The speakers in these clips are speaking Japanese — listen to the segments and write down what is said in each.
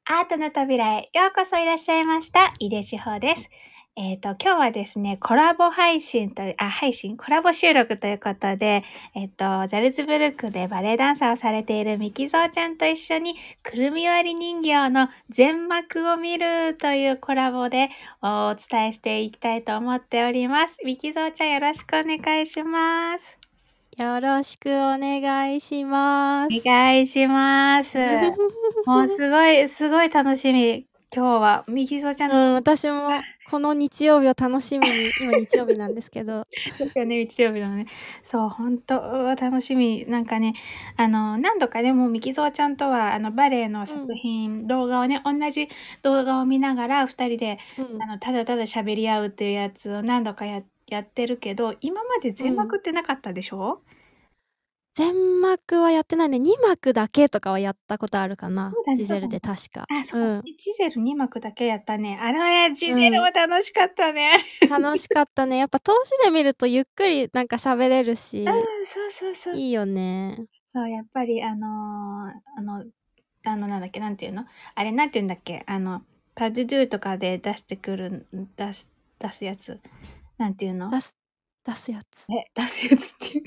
アートの扉へようこそいらっしゃいました。井出志保です。今日はですね、コラボ収録ということで、ザルツブルクでバレエダンサーをされているミキゾーちゃんと一緒に、くるみ割り人形の全幕を見るというコラボでお伝えしていきたいと思っております。ミキゾーちゃんよろしくお願いします。 よろしくお願いします。 お願いします。もうすごい楽しみ。今日は、ミキゾちゃんの。 私もこの日曜日を楽しみに、今日曜日なんですけど。 ですよね、日曜日のね。そう、本当楽しみ。なんかね、何度かね、もうミキゾちゃんとは、バレエの作品、動画をね、同じ動画を見ながら、二人で、ただただ喋り合うっていうやつを何度かやってるけど、今まで全幕ってなかったでしょ？ 全幕はやってないね。2幕だけとかはやったことあるかな。 そうだね、 ジゼルで確か。 そうジゼル2幕だけやったね。ジゼルは楽しかったね。 楽しかったね。やっぱ通しで見るとゆっくりなんか喋れるし。 そう。 いいよね。 そう、やっぱりなんだっけ、なんていうの？あれ、なんていうんだっけ？パドゥドゥとかで出すやつ。なんていうの？ 出すやつ。 出すやつっていう。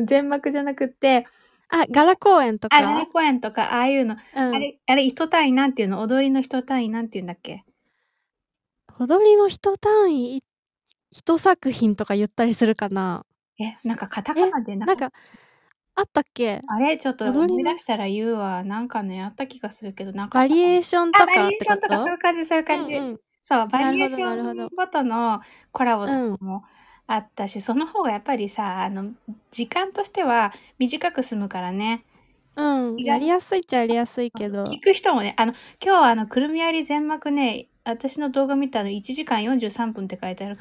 全幕じゃなくて。 ガラ公演とか？ ガラ公演とか、ああいうの。あれ、一単位なんていうの？踊りの一単位なんていうんだっけ？ 踊りの一単位、一作品とか言ったりするかな？ なんかカタカナでなんか、あったっけ？ あれちょっと思い出したら言うわ。なんかね、あった気がするけど、なんか。 バリエーションとかってこと？ バリエーションとかそういう感じ。そう、バリエーションごとのコラボとかもあったし、その方がやっぱりさ、時間としては短く済むからね。 やりやすいっちゃやりやすいけど。 聞く人もね、今日くるみ割り全幕ね、私の動画見たの1時間43分って書いてある。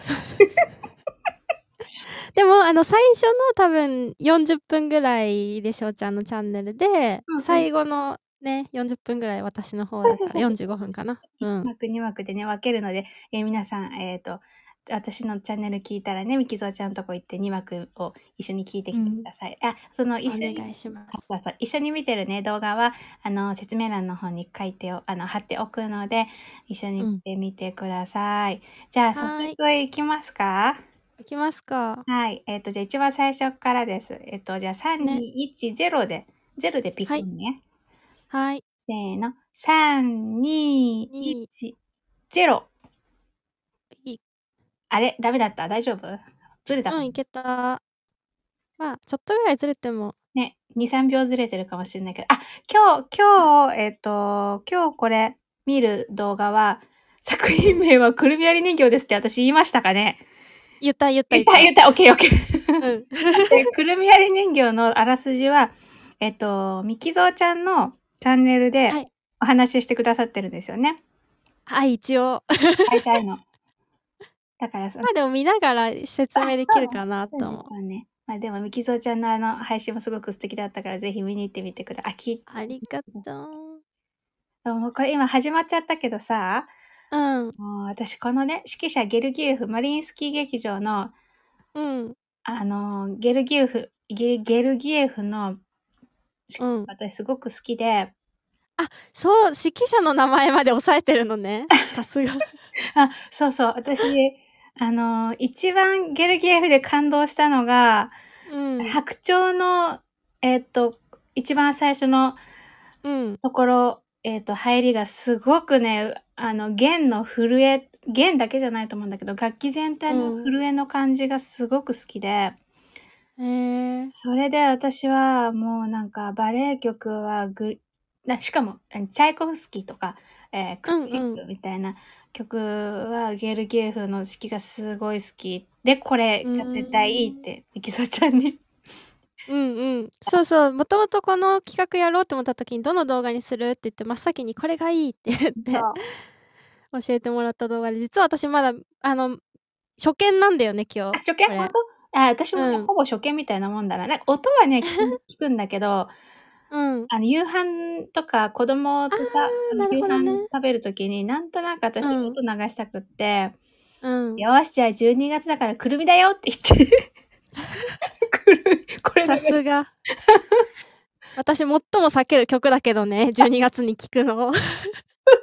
でも、最初の多分40分ぐらいでしょうちゃんのチャンネルで、最後のね、40分ぐらい私の方だから45分かな。 1幕2幕でね、分けるので、皆さん、私のチャンネル聞いたらね、ミキゾーちゃんとこ行って2幕を一緒に聞いてきてください。 お願いします。 一緒に見てるね、動画は、説明欄の方に貼っておくので、一緒に見てみてください。じゃあ、早速いきますか？ いきますか。 はい。じゃあ一番最初からです。じゃあ3、2、1、0でピックね。 はい。 せーの。3、2、1、0。あれダメだった？大丈夫？ずれたかな？ いけた。まあ、ちょっとぐらいずれても。 ね、2、3秒ずれてるかもしれないけど。今日これ見る動画は、作品名はくるみ割り人形ですって私言いましたかね？ 言った。オッケー。くるみ割り人形のあらすじは、ミキゾーちゃんのチャンネルでお話ししてくださってるんですよね。 はい、一応。 大体の。だからまあでも見ながら説明できるかなと思う。 そうね。まあでもミキゾーちゃんの配信もすごく素敵だったからぜひ見に行ってみてください。 ありがとう。 もうこれ今始まっちゃったけどさ、 もう私このね、指揮者ゲルギエフ、マリインスキー劇場の、ゲルギエフの、私すごく好きで。 そう、指揮者の名前まで押さえてるのね。さすが。 そう。私、一番ゲルギエフで感動したのが、白鳥の、一番最初のところ、入りがすごくね、弦の震え、弦だけじゃないと思うんだけど、楽器全体の震えの感じがすごく好きで、それで私はもうなんかバレエ曲はしかもチャイコフスキーとか、クラシックみたいな曲はゲルギエフの指揮がすごい好きで、これが絶対いいってミキゾちゃんにそう。もともとこの企画やろうと思った時にどの動画にするって言って真っ先にこれがいいって言って教えてもらった動画で、実は私まだ初見なんだよね今日。 初見？本当？私もね、ほぼ初見みたいなもんだな。なんか音はね聞くんだけど、夕飯とか子供とさ、夕飯食べるときになんとなく私音流したくって、よしじゃあ12月だからくるみだよって言ってこれさすが私最も避ける曲だけどね、12月に聴くの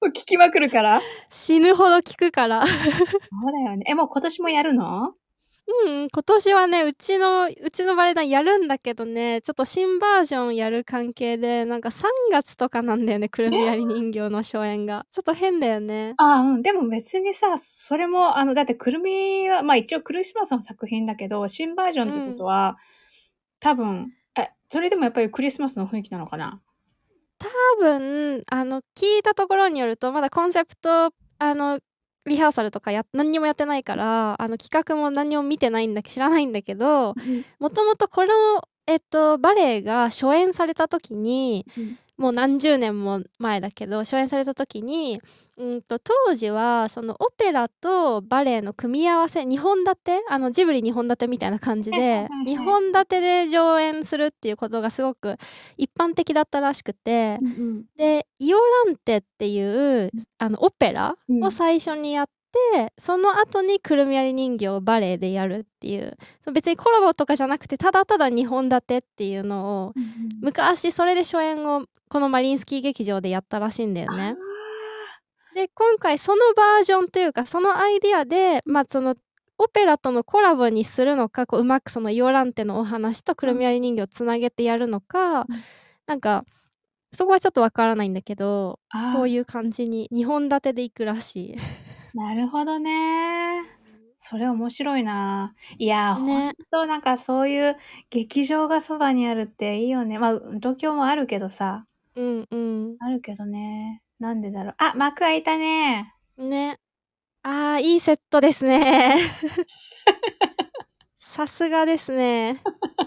う聞きまくるから。 死ぬほど聞くから。 そうだよね。もう今年もやるの？ 今年はね、うちのバレエ団やるんだけどね、ちょっと新バージョンやる関係で、なんか3月とかなんだよね、くるみ割り人形の初演が。ちょっと変だよね。 でも別にさ、それも、だってくるみは、一応クリスマスの作品だけど、新バージョンってことは、多分、それでもやっぱりクリスマスの雰囲気なのかな？ 多分、聞いたところによると、まだコンセプト、リハーサルとか何にもやってないから、企画も何にも見てない知らないんだけど、もともとこの、バレエが初演された時に、もう何十年も前だけど、初演された時に、当時はそのオペラとバレエの組み合わせ、2本立て、ジブリ2本立てみたいな感じで、2本立てで上演するっていうことがすごく一般的だったらしくて、で、イオランテっていうオペラを最初にやって、その後にくるみ割り人形をバレエでやるっていう、別にコラボとかじゃなくて、ただただ2本立てっていうのを、昔それで初演をこのマリンスキー劇場でやったらしいんだよね。で、今回そのバージョンというか、そのアイディアで、そのオペラとのコラボにするのか、うまくそのイオランテのお話とくるみ割り人形をつなげてやるのか、なんかそこはちょっとわからないんだけど、そういう感じに2本立てでいくらしい。 なるほどね。それ面白いな。いや、ほんとなんかそういう劇場がそばにあるっていいよね。東京もあるけどさ。あるけどね。なんでだろう。幕開いたね。 ね。いいセットですね。さすがですね。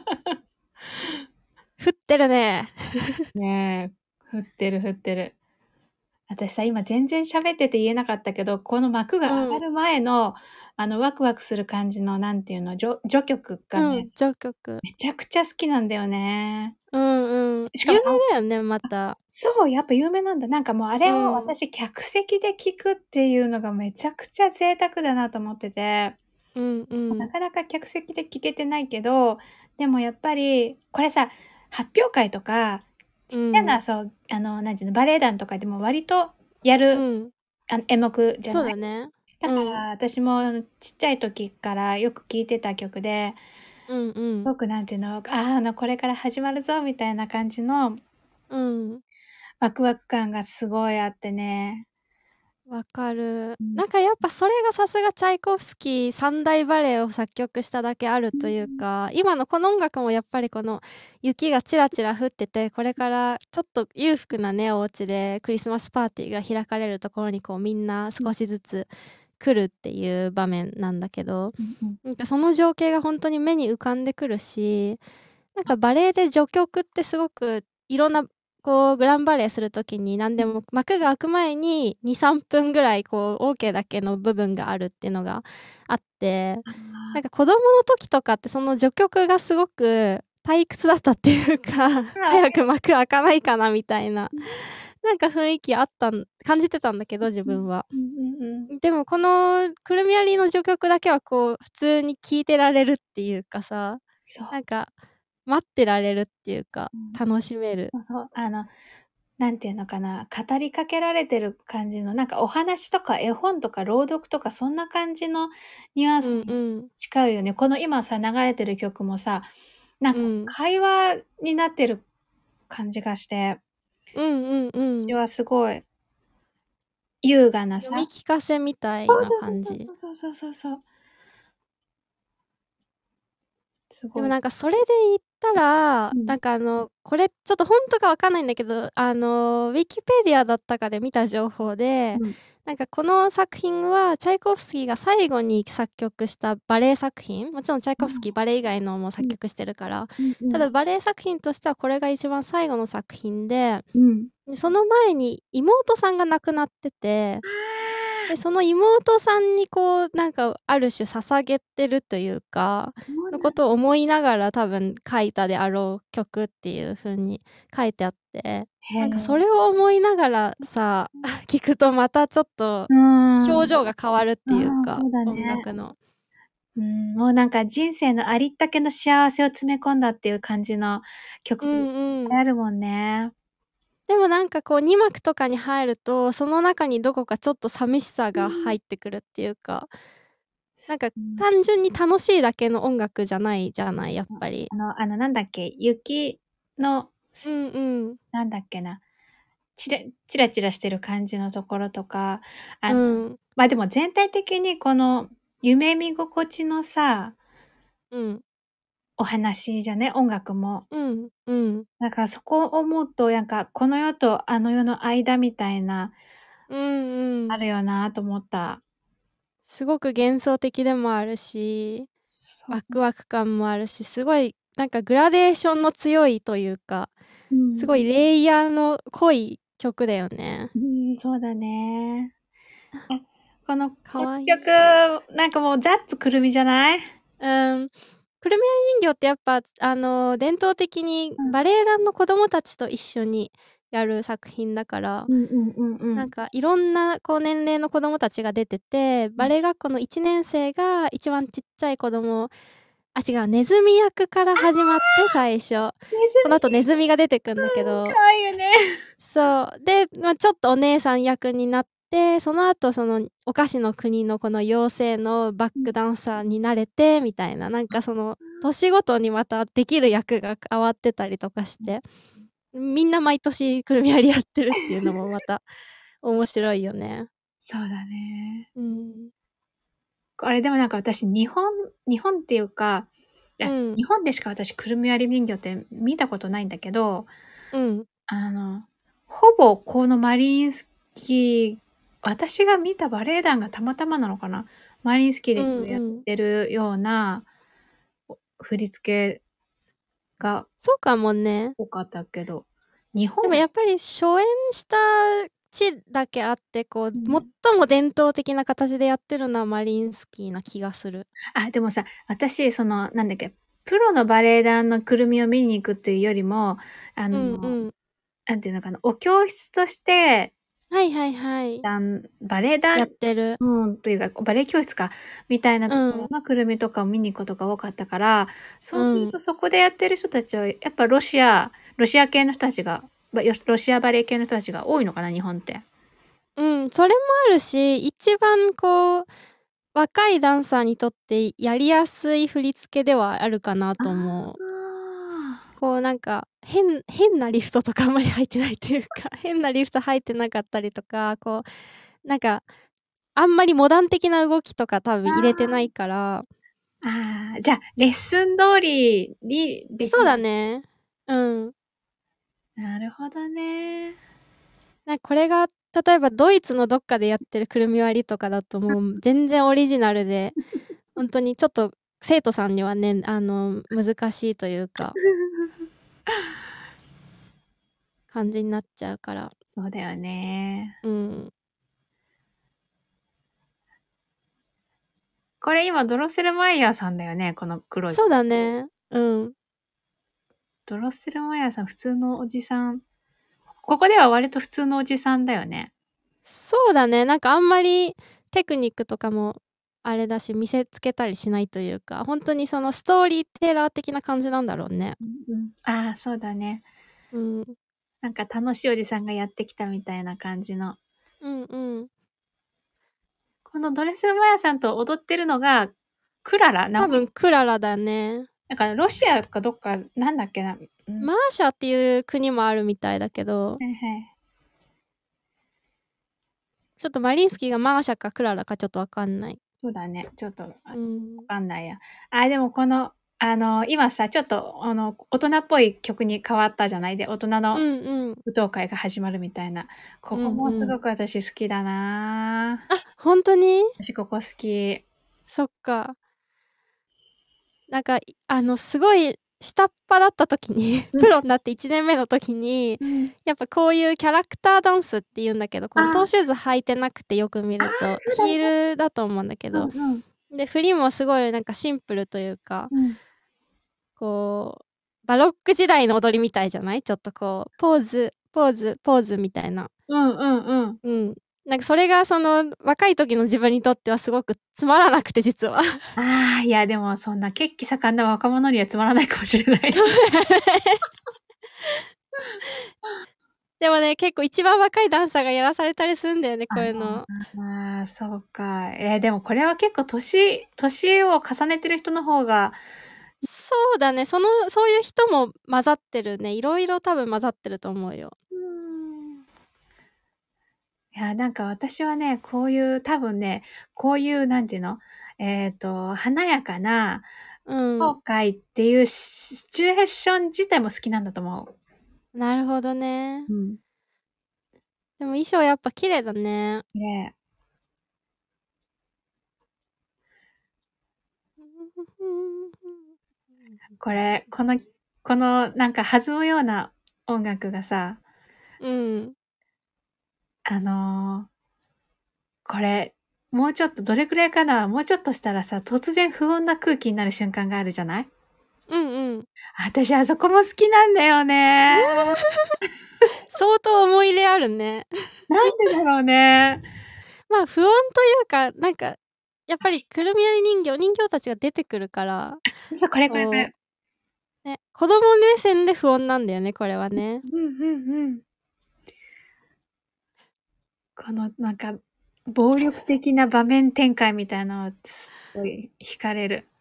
降ってるね。 ねえ、降ってる。私さ、今全然喋ってて言えなかったけど、この幕が上がる前の、ワクワクする感じの、なんていうの、序曲がね、 序曲。 めちゃくちゃ好きなんだよね。しかも有名だよね、また。 そう、やっぱ有名なんだ。なんかもうあれを私客席で聴くっていうのがめちゃくちゃ贅沢だなと思ってて、なかなか客席で聴けてないけど、でもやっぱり、これさ、発表会とか、ちっちゃな、そう、なんていうの、バレエ団とかでも割とやる、演目じゃない？ そうだね。 だから私もちっちゃい時からよく聴いてた曲で、すごくなんていうの、これから始まるぞみたいな感じの、ワクワク感がすごいあってね。 わかる。なんかやっぱそれがさすがチャイコフスキー三大バレエを作曲しただけあるというか、今のこの音楽もやっぱりこの雪がちらちら降ってて、これからちょっと裕福なね、お家でクリスマスパーティーが開かれるところにみんな少しずつ来るっていう場面なんだけど、なんかその情景が本当に目に浮かんでくるし、なんかバレエで序曲ってすごくいろんなグランバレエする時に何でも幕が開く前に2、3分ぐらいOK だけの部分があるっていうのがあって、なんか子供の時とかってその序曲がすごく退屈だったっていうか、早く幕開かないかなみたいな、なんか雰囲気感じてたんだけど、自分は。でもこのくるみ割りの序曲だけは普通に聴いてられるっていうかさ、なんか待ってられるっていうか、楽しめる。 そう、なんていうのかな、語りかけられてる感じの、なんかお話とか絵本とか朗読とかそんな感じのニュアンスに近いよね。この今さ、流れてる曲もさ、なんか会話になってる感じがして、私はすごい優雅なさ。 読み聞かせみたいな感じ。 そう。 でもなんかそれで言ったら、なんかこれちょっとほんとかわかんないんだけど、ウィキペディアだったかで見た情報で、なんかこの作品はチャイコフスキーが最後に作曲したバレエ作品、もちろんチャイコフスキーバレエ以外のも作曲してるから、ただバレエ作品としてはこれが一番最後の作品で、その前に妹さんが亡くなってて、で、その妹さんになんかある種捧げてるというか、のことを思いながら多分書いたであろう曲っていう風に書いてあって、なんかそれを思いながらさ、聞くとまたちょっと表情が変わるっていうか、音楽の。 もうなんか人生のありったけの幸せを詰め込んだっていう感じの曲あるもんね。 でもなんかこう2幕とかに入ると、その中にどこかちょっと寂しさが入ってくるっていうか、なんか単純に楽しいだけの音楽じゃないじゃない、やっぱり。 なんだっけ、雪の、 うんうん。 なんだっけな、チラチラしてる感じのところとか、まあでも全体的にこの夢見心地のさ、お話じゃね、音楽も。だからそこを思うと、なんかこの世とあの世の間みたいな、あるよなと思った。 すごく幻想的でもあるし、ワクワク感もあるし、すごいなんかグラデーションの強いというか、すごいレイヤーの濃い曲だよね。 そうだね。このかわいい。 曲、なんかもうザッツくるみじゃない？ くるみ割り人形ってやっぱ伝統的にバレエ団の子供たちと一緒にやる作品だから、なんかいろんなこう年齢の子供たちが出てて、バレエ学校の1年生が一番ちっちゃい子供、違う、ネズミ役から始まって最初。この後ネズミが出てくんだけど。 可愛いよね。 そう。で、ちょっとお姉さん役になって、その後そのお菓子の国のこの妖精のバックダンサーになれてみたいな、なんかその年ごとにまたできる役が変わってたりとかして、みんな毎年くるみ割りやってるっていうのもまた面白いよね。 そうだね。 うんこれでもなんか私日本っていうか、日本でしか私くるみ割り人形って見たことないんだけど、ほぼこのマリインスキー、私が見たバレエ団がたまたまなのかな、マリインスキーでやってるような振り付けがそうかもね。 多かったけど、日本でもやっぱり初演した地だけあって、こう、最も伝統的な形でやってるのはマリンスキーな気がする。 でもさ、私、なんだっけ、プロのバレエ団のくるみを見に行くっていうよりも、なんていうのかな、お教室として、 はいはいはい。 バレエ団やってる。 というか、バレエ教室か、みたいなところのくるみとかを見に行くことが多かったから、そうするとそこでやってる人たちは、やっぱロシア系の人たちが、ロシアバレエ系の人たちが多いのかな、日本って。 それもあるし、一番こう、若いダンサーにとってやりやすい振り付けではあるかなと思う。こうなんか、変なリフトとかあんまり入ってないっていうか、変なリフト入ってなかったりとか、こう、なんか、あんまりモダン的な動きとか多分入れてないから。 じゃあ、レッスン通りにできる。 そうだね。 なるほどね。 これが例えばドイツのどっかでやってるくるみ割りとかだともう全然オリジナルで、本当にちょっと生徒さんにはね、難しいというか感じになっちゃうから。 そうだよね。これ今ドロッセルマイヤーさんだよね、この黒い。 そうだね。 ドロッセルマイヤーさん、普通のおじさん。ここでは割と普通のおじさんだよね。 そうだね。なんかあんまりテクニックとかもあれだし、見せつけたりしないというか、本当にそのストーリーテラー的な感じなんだろうね。 そうだね。なんか楽しいおじさんがやってきたみたいな感じの。このドレッセルマイヤーさんと踊ってるのが、クララ？ 多分クララだね。 なんかロシアかどっか、なんだっけな。 マーシャっていう国もあるみたいだけど、ちょっとマリンスキーがマーシャかクララかちょっとわかんない。 そうだね。ちょっと、わかんないや。でもこの、今さ、ちょっと、大人っぽい曲に変わったじゃないで、大人の舞踏会が始まるみたいな。ここもすごく私好きだな。 本当に？ 私ここ好き。 そっか。なんか、すごい下っ端だった時に、プロになって1年目の時に、やっぱこういうキャラクターダンスっていうんだけど、このトーシューズ履いてなくてよく見ると、ヒールだと思うんだけど、で、振りもすごいなんかシンプルというか、こう、バロック時代の踊りみたいじゃない？ちょっとこう、ポーズみたいな。なんかそれがその若い時の自分にとってはすごくつまらなくて実は。 いやでもそんな血気盛んな若者にはつまらないかもしれない。 でもね、結構一番若いダンサーがやらされたりするんだよね、こういうの。 ああ、そうか。でもこれは結構年を重ねてる人の方が。 そうだね、そういう人も混ざってるね。いろいろ多分混ざってると思うよ。 いや、なんか私はね、こういう、多分ね、こういう、なんていうの華やかな、後悔っていうシチュエーション自体も好きなんだと思う。なるほどね。 うん。 でも衣装やっぱ綺麗だね。 ねこのなんか弾むような音楽がさ、 うん。 これ、もうちょっとどれくらいかな、もうちょっとしたらさ、突然不穏な空気になる瞬間があるじゃない？ うんうん。 私あそこも好きなんだよね。 相当思い入れあるね。 なんでだろうね。 まあ、不穏というか、なんか、やっぱりくるみ割り人形たちが出てくるから、 そう、これ。 ね、子供目線で不穏なんだよね、これはね。 このなんか、暴力的な場面展開みたいなのすごい惹かれる。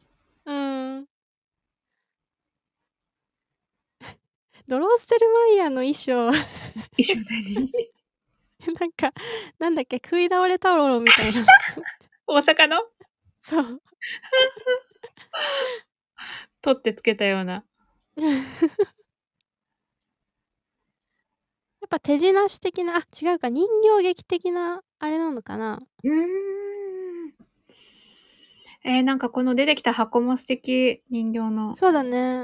ドローステルマイヤーの衣装一緒に。 なんか、なんだっけ、食い倒れ太郎みたいな。 大阪のそう。 取ってつけたような。 やっぱ手品師的な、違うか、人形劇的なあれなのかな。 なんかこの出てきた箱も素敵、人形の。 そうだね。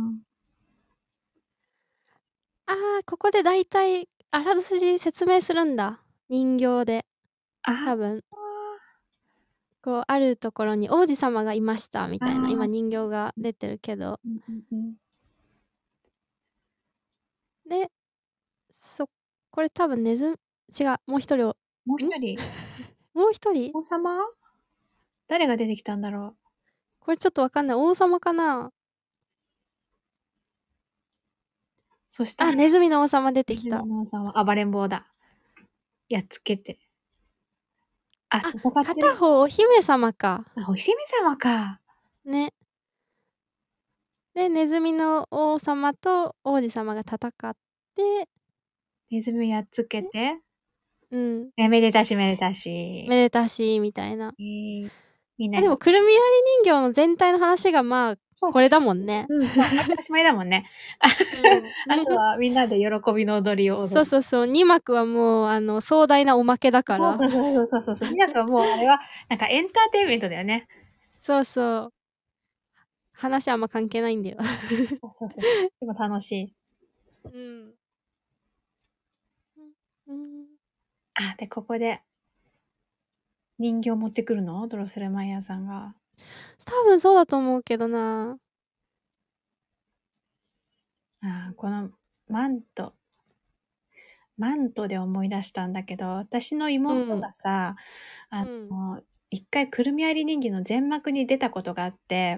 ここでだいたいあらすじ説明するんだ。人形で。多分。こう、あるところに王子様がいましたみたいな、今人形が出てるけど。で、これ多分違う、もう一人もう一人もう一人王様誰が出てきたんだろう。 これちょっとわかんない。王様かな。 そしたら、 ネズミの王様出てきた。 ネズミの王様、暴れん坊だ。やっつけて。戦ってる。 片方お姫様か。 お姫様か。 ね。で、ネズミの王様と王子様が戦って、 ネズミやっつけて。 めでたし。めでたし、みたいな。 みんなでも、くるみ割り人形の全体の話がまあ、これだもんね。 私もだもんね。あとはみんなで喜びの踊りを踊る。 そう。2幕はもう、壮大なおまけだから。 そう。2幕はもうあれは、なんかエンターテインメントだよね。 そう。話あんま関係ないんだよ。 そう。でも楽しい。で、ここで、人形持ってくるの？ドロッセルマイヤーさんが。 多分そうだと思うけどな。 このマントで思い出したんだけど、私の妹がさ、一回くるみ割り人形の全幕に出たことがあって、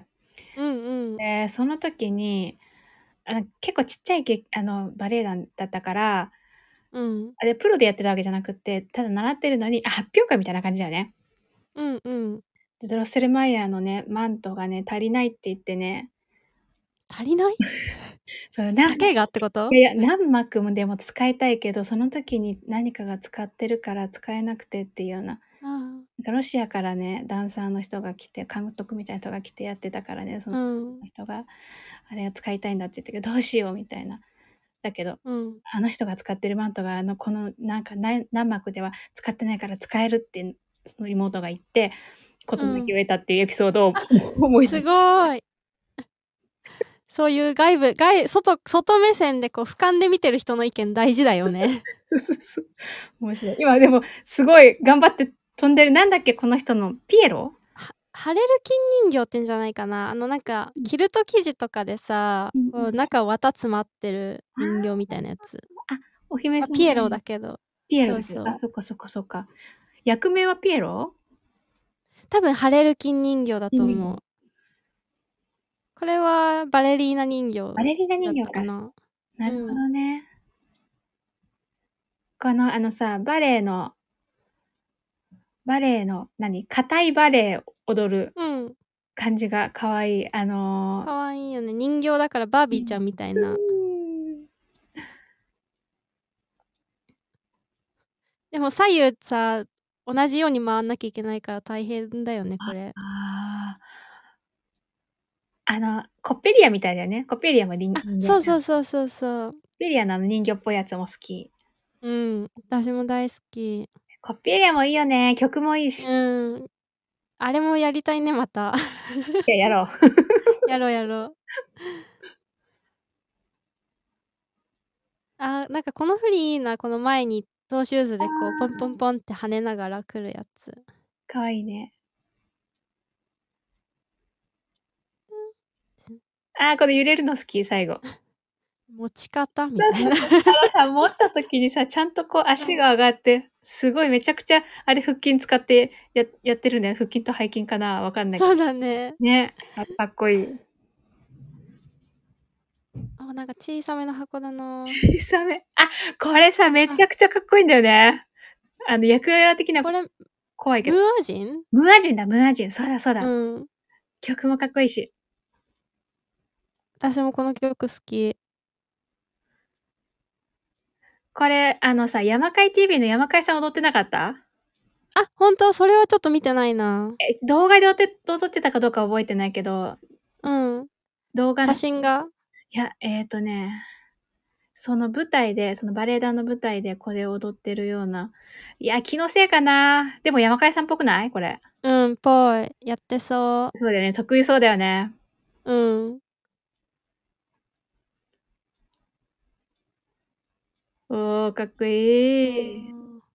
で、その時に、結構ちっちゃいバレエ団だったから、あれプロでやってたわけじゃなくって、ただ習ってるのに、発表会みたいな感じだよね。で、ドロッセルマイヤーのね、マントがね、足りないって言ってね。 足りない丈がってこと？ いや、何幕もでも使いたいけど、その時に何かが使ってるから使えなくてっていうような。なんかロシアからね、ダンサーの人が来て、監督みたいな人が来てやってたからね、その人が、あれを使いたいんだって言ったけど、どうしようみたいな。だけど、あの人が使ってるマントが、このなんか何幕では使ってないから使えるって、その妹が言って、事なきを得たっていうエピソードを思い出した。 すごい。そういう外目線でこう俯瞰で見てる人の意見大事だよね。 面白い。今でもすごい頑張って飛んでる。なんだっけこの人のピエロ？ ハレルキン人形ってんじゃないかな。なんかキルト生地とかでさ、こう中綿詰まってる人形みたいなやつ。 お姫様。 ピエロだけど。 ピエロだけど。そっか。役名はピエロ？ 多分ハレルキン人形だと思う。これはバレリーナ人形だったかな。 なるほどね。 このさ、バレエの、硬いバレエを踊る感じが可愛い。 かわいいよね。人形だからバービーちゃんみたいな。でも左右さ、同じように回んなきゃいけないから大変だよね、これ。 コッペリアみたいだよね。コッペリアも人形。 そうそうそうそうそう。 コッペリアの人形っぽいやつも好き。 うん、私も大好き。 コッペリアもいいよね。曲もいいし。 うん。あれもやりたいね、また。 いや、やろう。 やろうやろう。なんかこの振りいいな。この前にトーシューズでこう、ポンポンポンって跳ねながら来るやつ。 かわいいね。この揺れるの好き、最後。 持ち方みたいな。 さ、持った時にさ、ちゃんとこう足が上がって、すごいめちゃくちゃ、あれ腹筋使ってやってるんだよ。腹筋と背筋かなわかんないけど。 そうだね。 ね。かっこいい。 なんか小さめの箱だな。 小さめ。これさ、めちゃくちゃかっこいいんだよね。役柄的なこれ、 怖いけど。 ムーア人？ ムーア人だ、ムーア人。そうだ、そうだ。 うん。 曲もかっこいいし。 私もこの曲好き。 これ、さ、山海 TV の山海さん踊ってなかった？ 本当？それはちょっと見てないな。 動画で踊ってたかどうか覚えてないけど。 うん。 動画の。 写真が？ いや、その舞台で、そのバレエ団の舞台でこれを踊ってるような。いや、気のせいかな。でも山海さんっぽくない？これ。 うん、ぽい。やってそう。 そうだよね。得意そうだよね。 うん。 おー、かっこいい。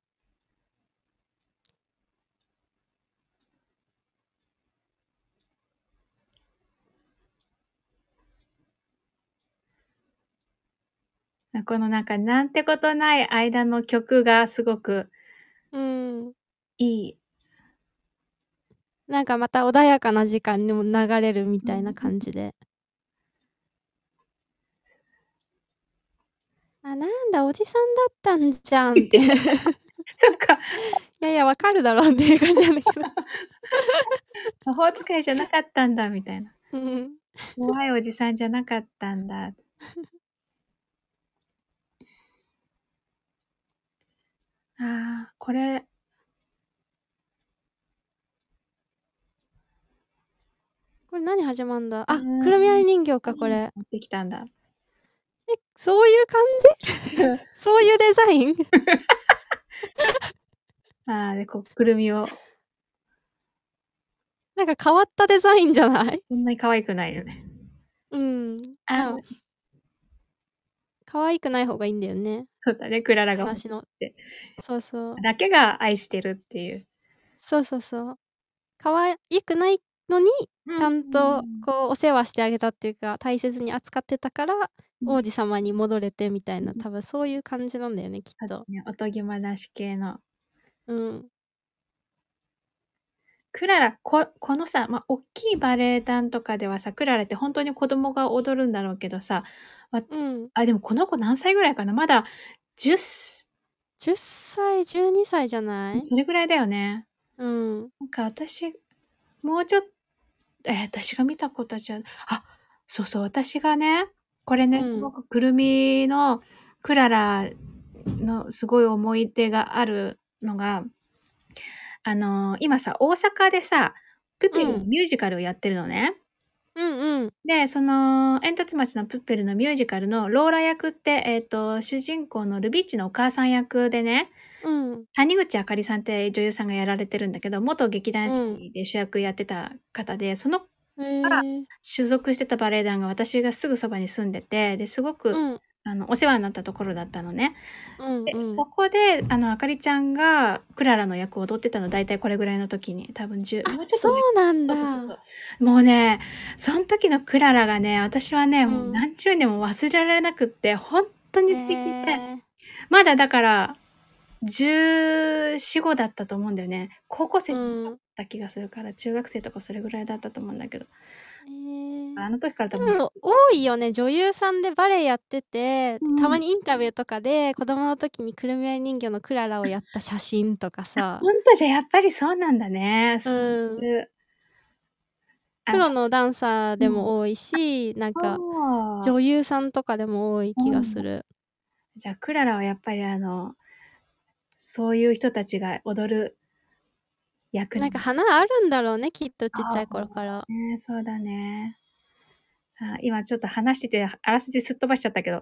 このなんか、なんてことない間の曲がすごく、いい。 なんかまた穏やかな時間にも流れるみたいな感じで。なんだ、おじさんだったんじゃんって。 そっか。 いや、わかるだろうっていう感じなんだけど。 魔法使いじゃなかったんだ、みたいな。 うん。 怖いおじさんじゃなかったんだ。これ。 これ何始まんだ？くるみ割り人形か、これ。 持ってきたんだ。 そういう感じ？そういうデザイン？ で、くるみを。 なんか変わったデザインじゃない？ そんなに可愛くないよね。 うん。可愛くない方がいいんだよね。 そうだね、クララが欲しいって。 そうそう。 だけが愛してるっていう。 そうそうそう。可愛くないのに、ちゃんとこうお世話してあげたっていうか、大切に扱ってたから、王子様に戻れてみたいな、多分そういう感じなんだよね、きっと。 おとぎ話系の。 うん。 クララ、このさ、大きいバレエ団とかではさ、クララって本当に子供が踊るんだろうけどさ、でもこの子何歳ぐらいかな？まだ10 歳、12歳じゃない？ それぐらいだよね。 うん。 なんか私、もうちょっと、私が見た子たちは、そうそう、私がね、これね、すごくくるみのクララのすごい思い出があるのが、今さ、大阪でさ、プペルのミュージカルをやってるのね。で、その、煙突町のプッペルのミュージカルのローラ役って、主人公のルビッチのお母さん役でね、谷口あかりさんって女優さんがやられてるんだけど、元劇団四季で主役やってた方で、そのから所属してたバレエ団が私がすぐそばに住んでて、で、すごく、お世話になったところだったのね。で、そこで、あかりちゃんがクララの役を踊ってたの、大体これぐらいの時に。多分もうちょっとね。 そうなんだ。 もうね、その時のクララがね、私はね、もう何十年も忘れられなくって、本当に素敵で、まだだから、14、15だったと思うんだよね。高校生だった気がするから、中学生とかそれぐらいだったと思うんだけど。 あの時から多で分。 も多いよね、女優さんでバレエやってて、たまにインタビューとかで子供の時にくるみ割り人形のクララをやった写真とかさ。 ほんとじゃやっぱりそうなんだね。 プロのダンサーでも多いし、なんか女優さんとかでも多い気がする。 じゃあクララはやっぱりそういう人たちが踊る役なんか花あるんだろうね、きっとちっちゃい頃から。 そうだね。今ちょっと話してて、あらすじすっ飛ばしちゃったけど、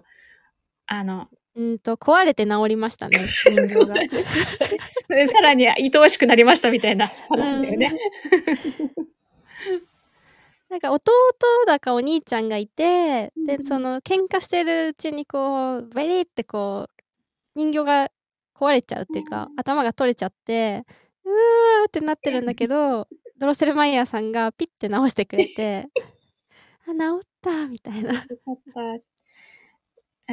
壊れて治りましたね、人形が。 さらに愛おしくなりましたみたいな話だよね。 なんか弟だかお兄ちゃんがいて、で、その喧嘩してるうちにこう、ベリってこう、人形が壊れちゃうっていうか、頭が取れちゃって、うわってなってるんだけど、ドロッセルマイヤーさんがピッて直してくれて、あ、治ったみたいな。 よかった。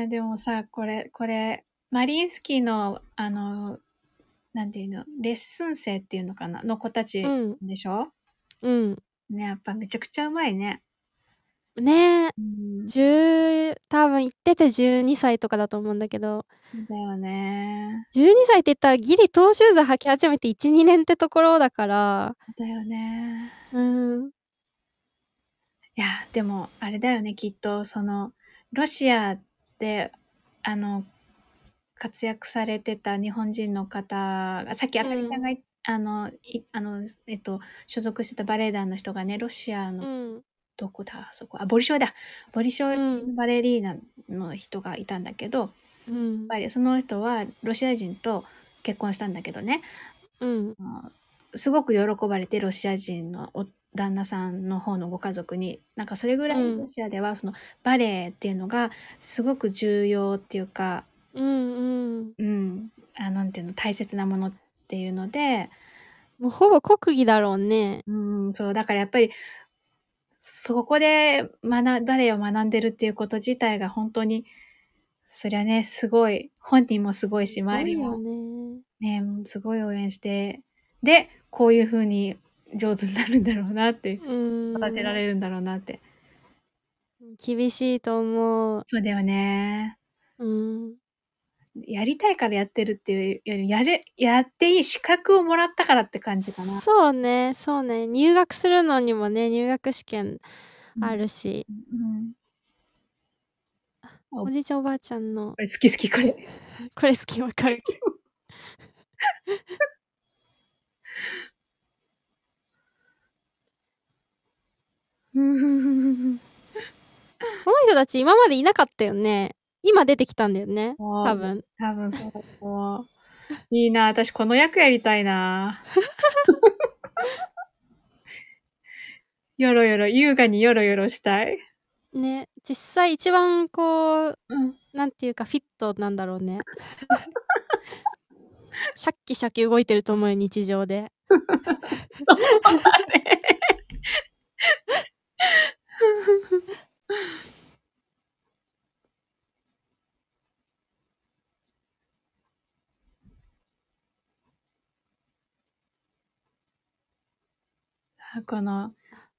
でもさ、これ、マリインスキーの、なんていうの、レッスン生っていうのかなの子たちでしょ？ね、やっぱめちゃくちゃうまいね。 ねえ。多分行ってて12歳とかだと思うんだけど。 そうだよね。 12歳って言ったらギリトーシューズ履き始めて1、2年ってところだから。 そうだよね。 いや、でもあれだよね、きっとロシアで、活躍されてた日本人の方が、さっきあかりちゃんが所属してたバレエ団の人がね、ロシアのどこだ、そこ、ボリショイだ。ボリショイのバレリーナの人がいたんだけど、やっぱりその人はロシア人と結婚したんだけどね、すごく喜ばれて、ロシア人の旦那さんの方のご家族に、なんかそれぐらいロシアではそのバレエっていうのがすごく重要っていうか、なんていうの、大切なものっていうので、 もうほぼ国技だろうね。 そう、だからやっぱり、そこでバレエを学んでるっていうこと自体が本当に、そりゃね、すごい、本人もすごいし、周りもね、すごい応援して、で、こういう風に上手になるんだろうなって、育てられるんだろうなって。 厳しいと思う。 そうだよね。やりたいからやってるっていうより、やっていい資格をもらったからって感じかな。 そうね。入学するのにもね、入学試験あるし。おじいちゃんおばあちゃんの。 これ好きこれ。 これ好き、わかる。この人たち今までいなかったよね。今出てきたんだよね。多分そうだと思う。いいな、私この役やりたいな。優雅にヨロヨロしたい。 ね、実際一番こう、なんていうかフィットなんだろうね。シャッキシャキ動いてると思うよ、日常で。 そうだね。この、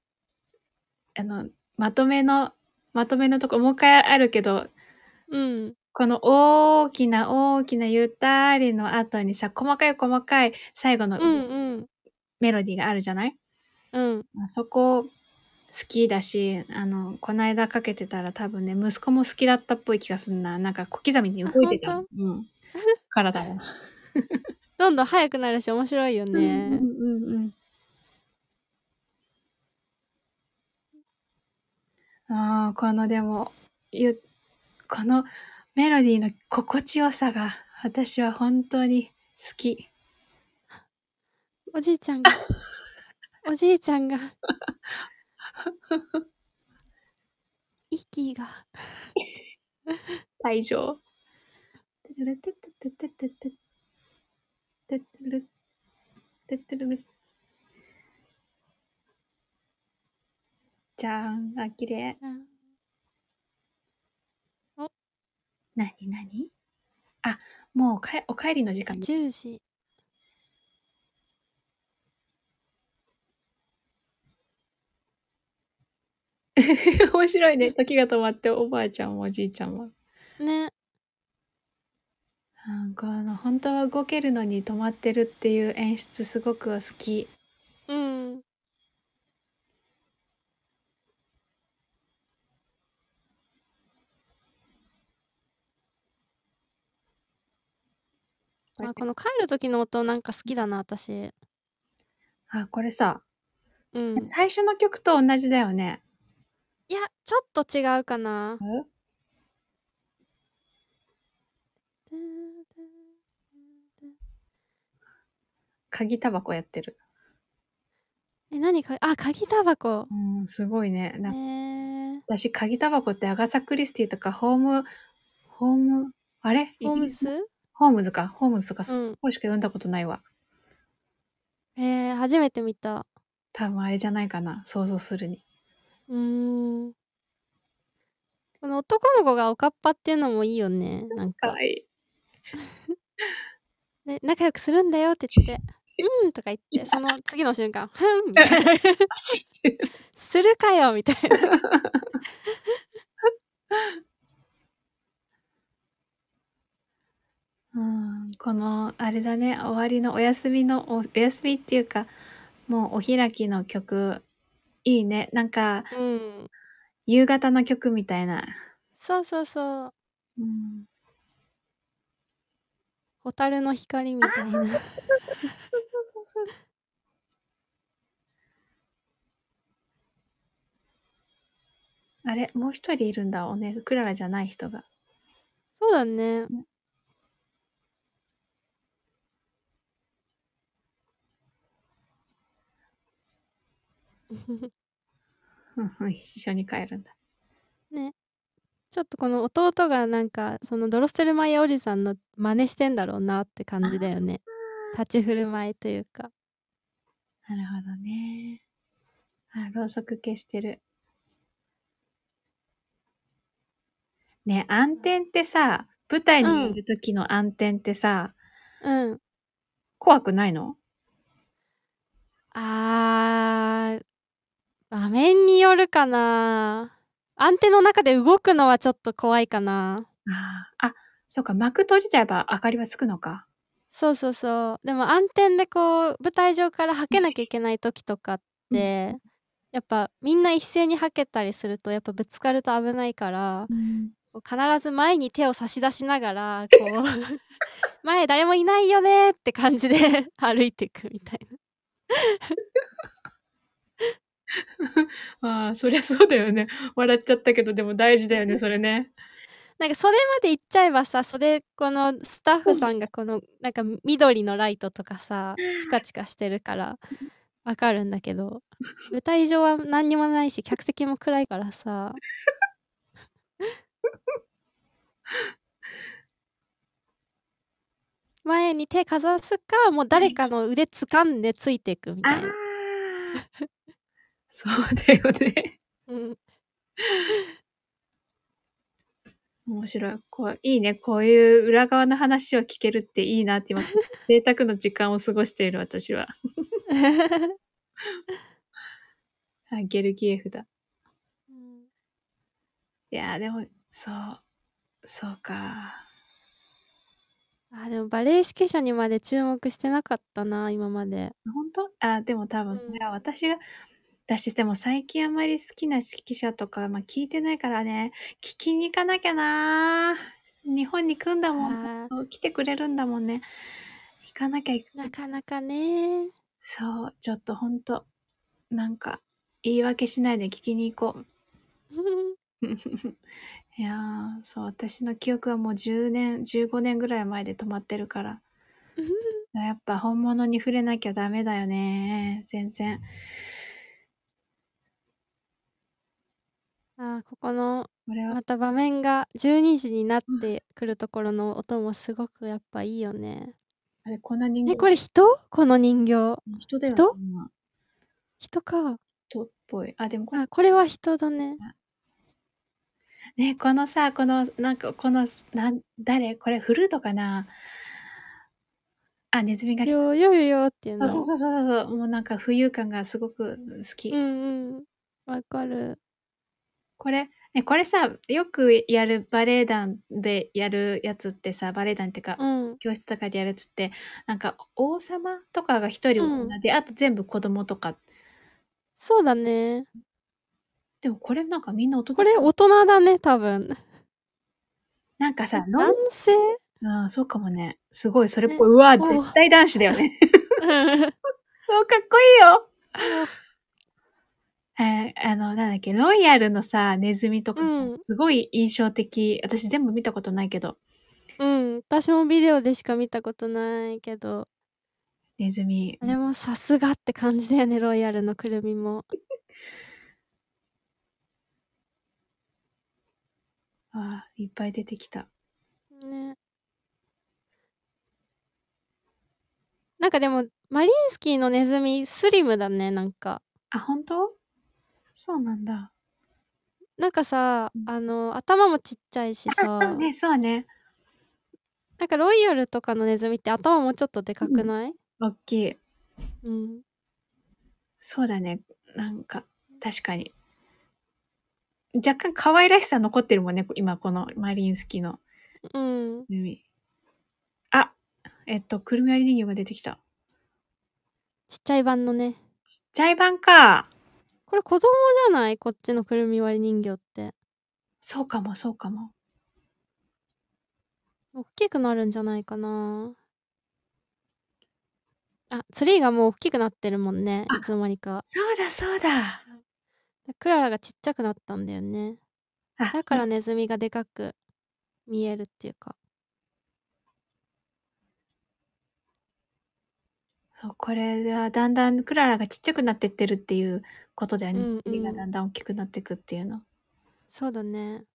まとめのとこ、もう一回あるけど、この大きなゆったりの後にさ、細かい最後のメロディーがあるじゃない？そこ好きだし、この間かけてたら多分ね、息子も好きだったっぽい気がすんな。なんか小刻みに動いてた。体が。 どんどん速くなるし面白いよね。 このでも、このメロディーの心地よさが、私は本当に好き。 おじいちゃんが。おじいちゃんが。息が。 退場。じゃん。綺麗。なにもうお帰りの時間。 10時。 面白いね。時が止まっておばあちゃんもおじいちゃんも。 ね。 本当は動けるのに止まってるっていう演出すごく好き。 うん。この帰る時の音なんか好きだな、私。 これさ、 うん。 最初の曲と同じだよね。 いや、ちょっと違うかな。 鍵タバコやってる。 何か、鍵タバコ。 すごいね。 私、 鍵タバコってアガサ・クリスティとかホーム、あれホームズホームズか。ホームズとか、 うん。 これしか読んだことないわ。 初めて見た。 多分あれじゃないかな。想像するに。 この男の子がおかっぱっていうのもいいよね。なんか。 かわいい。 ね、仲良くするんだよって言って、とか言って、その次の瞬間、みたいな。するかよみたいな。 この、あれだね、終わりのお休みっていうか、もうお開きの曲、いいね。なんか、夕方の曲みたいな。 そうそうそう。蛍の光みたいな。 あれ、もう一人いるんだ、クララじゃない人が。 そうだね。 一緒に帰るんだ。 ね。ちょっとこの弟がなんか、そのドロステルマイヤーおじさんの真似してんだろうなって感じだよね。立ち振る舞いというか。 なるほどね。ろうそく消してる。ね、暗転ってさ、舞台にいる時の暗転ってさ、怖くないの？ 場面によるかな。暗転の中で動くのはちょっと怖いかな。 そうか、幕閉じちゃえば明かりはつくのか。 そうそうそう。でも暗転でこう、舞台上からはけなきゃいけない時とかって、やっぱみんな一斉にはけたりすると、やっぱぶつかると危ないから、必ず前に手を差し出しながら、こう前誰もいないよねって感じで歩いていくみたいな。 そりゃそうだよね。笑っちゃったけど、でも大事だよね、それね。 なんかそれまで行っちゃえばさ、このスタッフさんがこの、なんか緑のライトとかさ、チカチカしてるからわかるんだけど、舞台上は何にもないし、客席も暗いからさ。前に手かざすか、もう誰かの腕掴んでついていくみたいな。 そうだよね。面白い。いいね。こういう裏側の話を聞けるっていいなって今、贅沢の時間を過ごしている私は。ゲルギエフだ。いやでも、そうか。 でもバレエ指揮者にまで注目してなかったな、今まで。 本当？でも多分それは私でも最近あまり好きな指揮者とか、聞いてないからね、聞きに行かなきゃな。日本に来んだもん。来てくれるんだもんね。行かなきゃなかなかね。 そう、ちょっとほんと、なんか、言い訳しないで聞きに行こう。いやそう、私の記憶はもう10年、15年ぐらい前で止まってるから。やっぱ本物に触れなきゃダメだよね。全然。 ここの、また場面が12時になってくるところの音もすごくやっぱいいよね。 こんな人形。 これ人？この人形。 人だよね。人か。 人っぽい。でもこれは人だね。 ね、このさ、誰これフルートかな？ネズミが来た。 よよよよっていうの。 そう。もうなんか浮遊感がすごく好き。 わかる。 これ、ね、これさ、よくやるバレエ団でやるやつってさ、バレエ団っていうか、教室とかでやるやつって、なんか王様とかが一人大人で、あと全部子供とか。 そうだね。 でもこれなんかみんな大人。 これ大人だね、多分。 なんかさ、 男性？ ああ、そうかもね。すごい、それっぽい。うわ、絶対男子だよね。そう、かっこいいよ。なんだっけ、ロイヤルのさ、ネズミとかさ、すごい印象的。私全部見たことないけど。 うん、私もビデオでしか見たことないけど。 ネズミ。 あれもさすがって感じだよね、ロイヤルのくるみも。 ああ、いっぱい出てきた。 ね。なんかでも、マリンスキーのネズミ、スリムだね、なんか。 あ、本当？そうなんだ。 なんかさ、頭もちっちゃいしさ。 そうね、そうね。 なんかロイヤルとかのネズミって頭もちょっとでかくない？ おっきい。 うん。 そうだね。なんか、確かに。若干可愛らしさ残ってるもんね、今このマリンスキーの。 うん。 あ、くるみ割り人形が出てきた。 ちっちゃい版のね。 ちっちゃい版か。 これ子供じゃない？こっちのくるみ割り人形って。 そうかも、そうかも。 おっきくなるんじゃないかな。あ、ツリーがもうおっきくなってるもんね。いつの間にか。 そうだ、そうだ。 クララがちっちゃくなったんだよね。だからネズミがでかく見えるっていうか。 そう、これはだんだんクララがちっちゃくなってってるっていうことだよね。ツリーがだんだん大きくなっていくっていうの。 そうだね。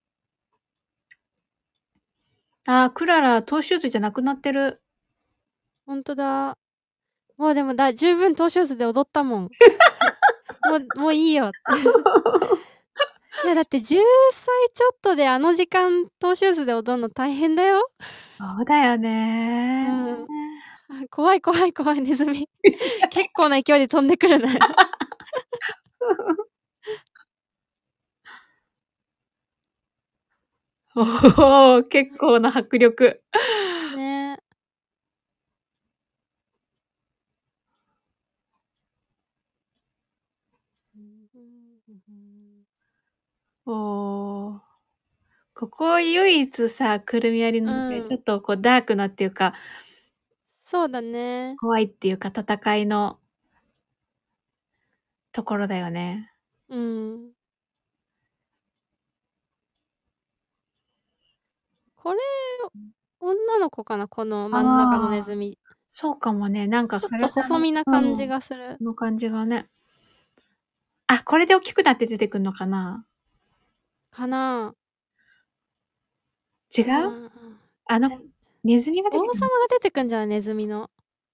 ああ、クララ、トーシューズじゃなくなってる。 ほんとだ。もうでも十分トーシューズで踊ったもん。もういいよって。いやだって10歳ちょっとであの時間トーシューズで踊るの大変だよ。 そうだよね。 怖い怖い怖いネズミ。結構な勢いで飛んでくるね。 おお、結構な迫力。 ね。 おー。ここ唯一さ、くるみ割りの中でちょっとこうダークなっていうか、 そうだね。 怖いっていうか戦いのところだよね。 うん。これ、女の子かな、この真ん中のネズミ。 そうかもね。なんかちょっと細身な感じがする。 この感じがね。あ、これで大きくなって出てくるのかな？ かな？ 違う？ネズミが出てくる。 王様が出てくんじゃない？ネズミの。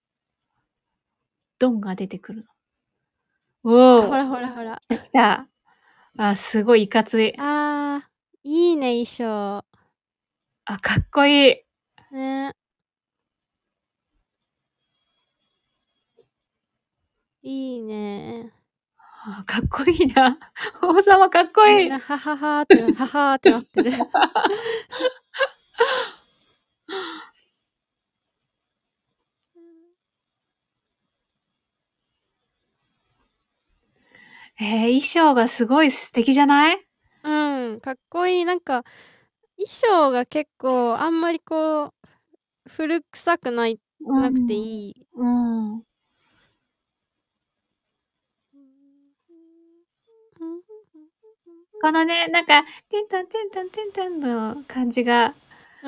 ドンが出てくるの。おー。 ほらほらほら。 来た。あ、すごいいかつい。 あー、いいね、衣装。 あ、かっこいい。 ね。いいね。 あ、かっこいいな。王様かっこいい。 みんな、はははーって、ははーってなってる。 衣装がすごい素敵じゃない？ うん、かっこいい。なんか、衣装が結構、あんまりこう、古臭くなくていい。 うん。このね、なんか、テントンテントンテントンの感じが。 うん。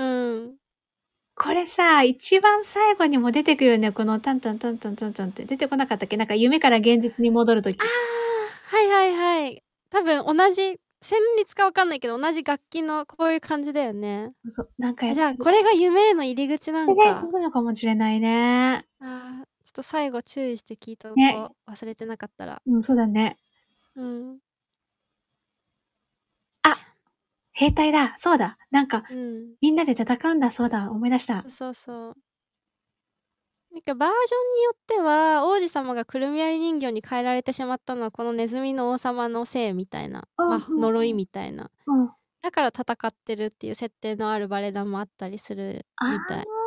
これさ、一番最後にも出てくるよね。このタントントントントントンって出てこなかったっけ？なんか夢から現実に戻るとき。 はいはいはい。多分同じ、旋律かわかんないけど、同じ楽器のこういう感じだよね。 そう、なんかじゃあ、これが夢への入り口なんか。 そうなのかもしれないね。 ちょっと最後注意して聞いとこう。 ね。 忘れてなかったら。 うん、そうだね。 うん。 あ、兵隊だ。そうだ。なんか、 うん。 みんなで戦うんだ。そうだ。思い出した。 そうそう。 なんかバージョンによっては、王子様がくるみ割り人形に変えられてしまったのは、このネズミの王様のせいみたいな、呪いみたいな。 うん。 だから戦ってるっていう設定のあるバレエ団もあったりするみたい。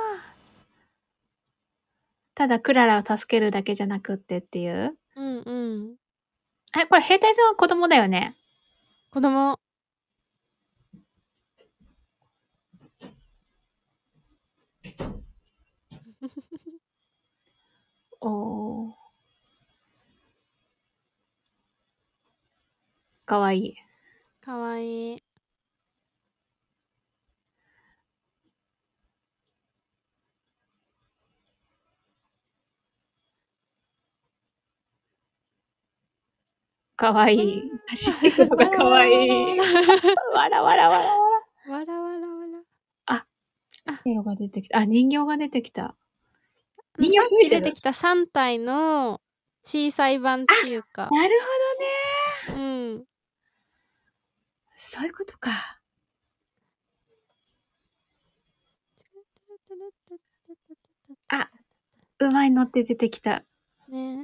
ただクララを助けるだけじゃなくってっていう。 うんうん。 これ兵隊さんは子供だよね。 子供。 おー。かわいい。 かわいい。 かわいい。走ってくのがかわいい。わらわらわらわら。 わらわらわら。 あ、人形が出てきた。人形が出てきた。 人形さっき出てきた3体の小さい版っていうか。 なるほどね。 うん。 そういうことか。馬に乗って出てきた。 ね。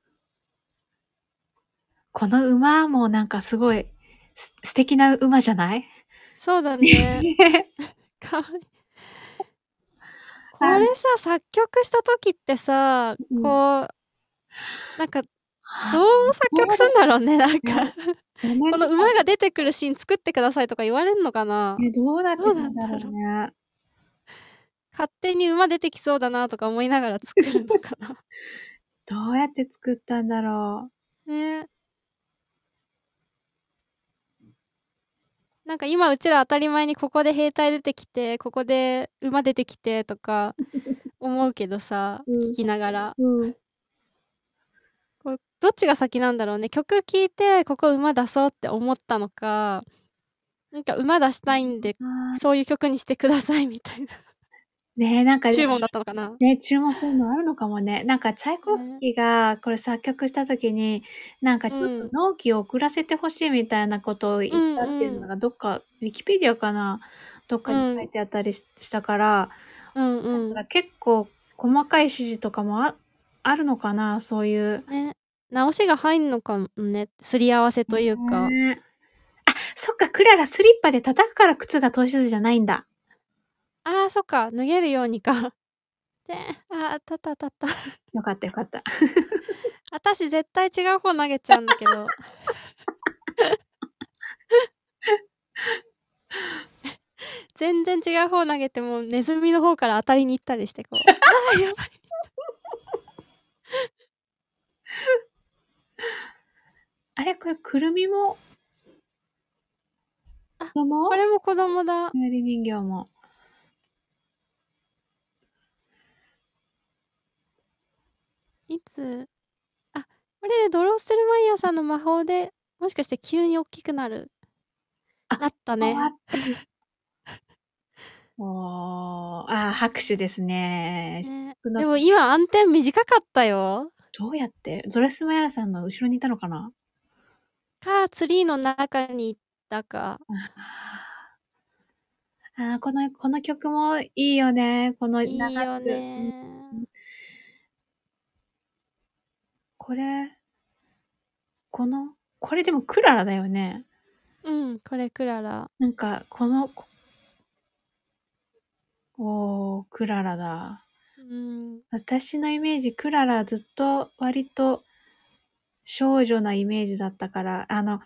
この馬もなんかすごい素敵な馬じゃない？ そうだね。かわいい。これさ、作曲した時ってさ、こう、なんか、どう作曲すんだろうね、なんか。この馬が出てくるシーン作ってくださいとか言われんのかな？ どうなってたんだろうね。 勝手に馬出てきそうだなとか思いながら作るのかな。 どうやって作ったんだろう。ね。なんか今うちら当たり前にここで兵隊出てきて、ここで馬出てきてとか思うけどさ、聞きながら。どっちが先なんだろうね。曲聴いて、ここ馬出そうって思ったのか、なんか馬出したいんで、そういう曲にしてくださいみたいな。 ね、なんか注文だったのかな？ ね、注文するのあるのかもね。なんかチャイコフスキーがこれ作曲した時に、なんかちょっと納期を遅らせて欲しいみたいなことを言ったっていうのがどっか、ウィキペディアかな、どっかに書いてあったりしたから、もしかしたら結構細かい指示とかもあるのかな、そういう。 ね。直しが入んのかもね。すり合わせというか。 そっか、クララスリッパで叩くから靴が突出じゃないんだ。 ああ、そっか、脱げるようにか。たった。 よかったよかった。 私絶対違う方投げちゃうんだけど。全然違う方投げても、ネズミの方から当たりに行ったりして、こう。やばい。 あれこれ、くるみも子供？ これも子供だ。 メリ人形も。 いつこれでドロッセルマイヤーさんの魔法で、もしかして急に大きくなる？なったね。 拍手ですね。 でも今暗転短かったよ。 どうやって？ドレスマイヤーさんの後ろにいたのかな？ ツリーの中に行ったか。 この曲もいいよね。このいいよね。 これでもクララだよね。 うん、これクララ。 なんか、クララだ。私のイメージ、クララずっと割と少女なイメージだったから、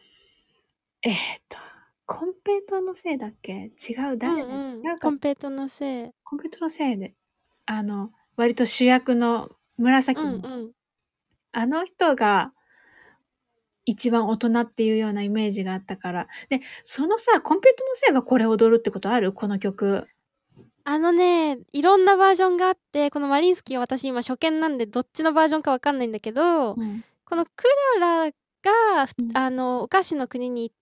コンペイトのせいだっけ？違う、誰だ？違うか。 コンペイトのせい。 コンペイトのせいで、割と主役の紫の、あの人が一番大人っていうようなイメージがあったから。で、そのさ、コンペイトのせいがこれ踊るってことある？この曲。 いろんなバージョンがあって、このマリンスキーは私今初見なんでどっちのバージョンかわかんないんだけど、このクララが、お菓子の国に行って、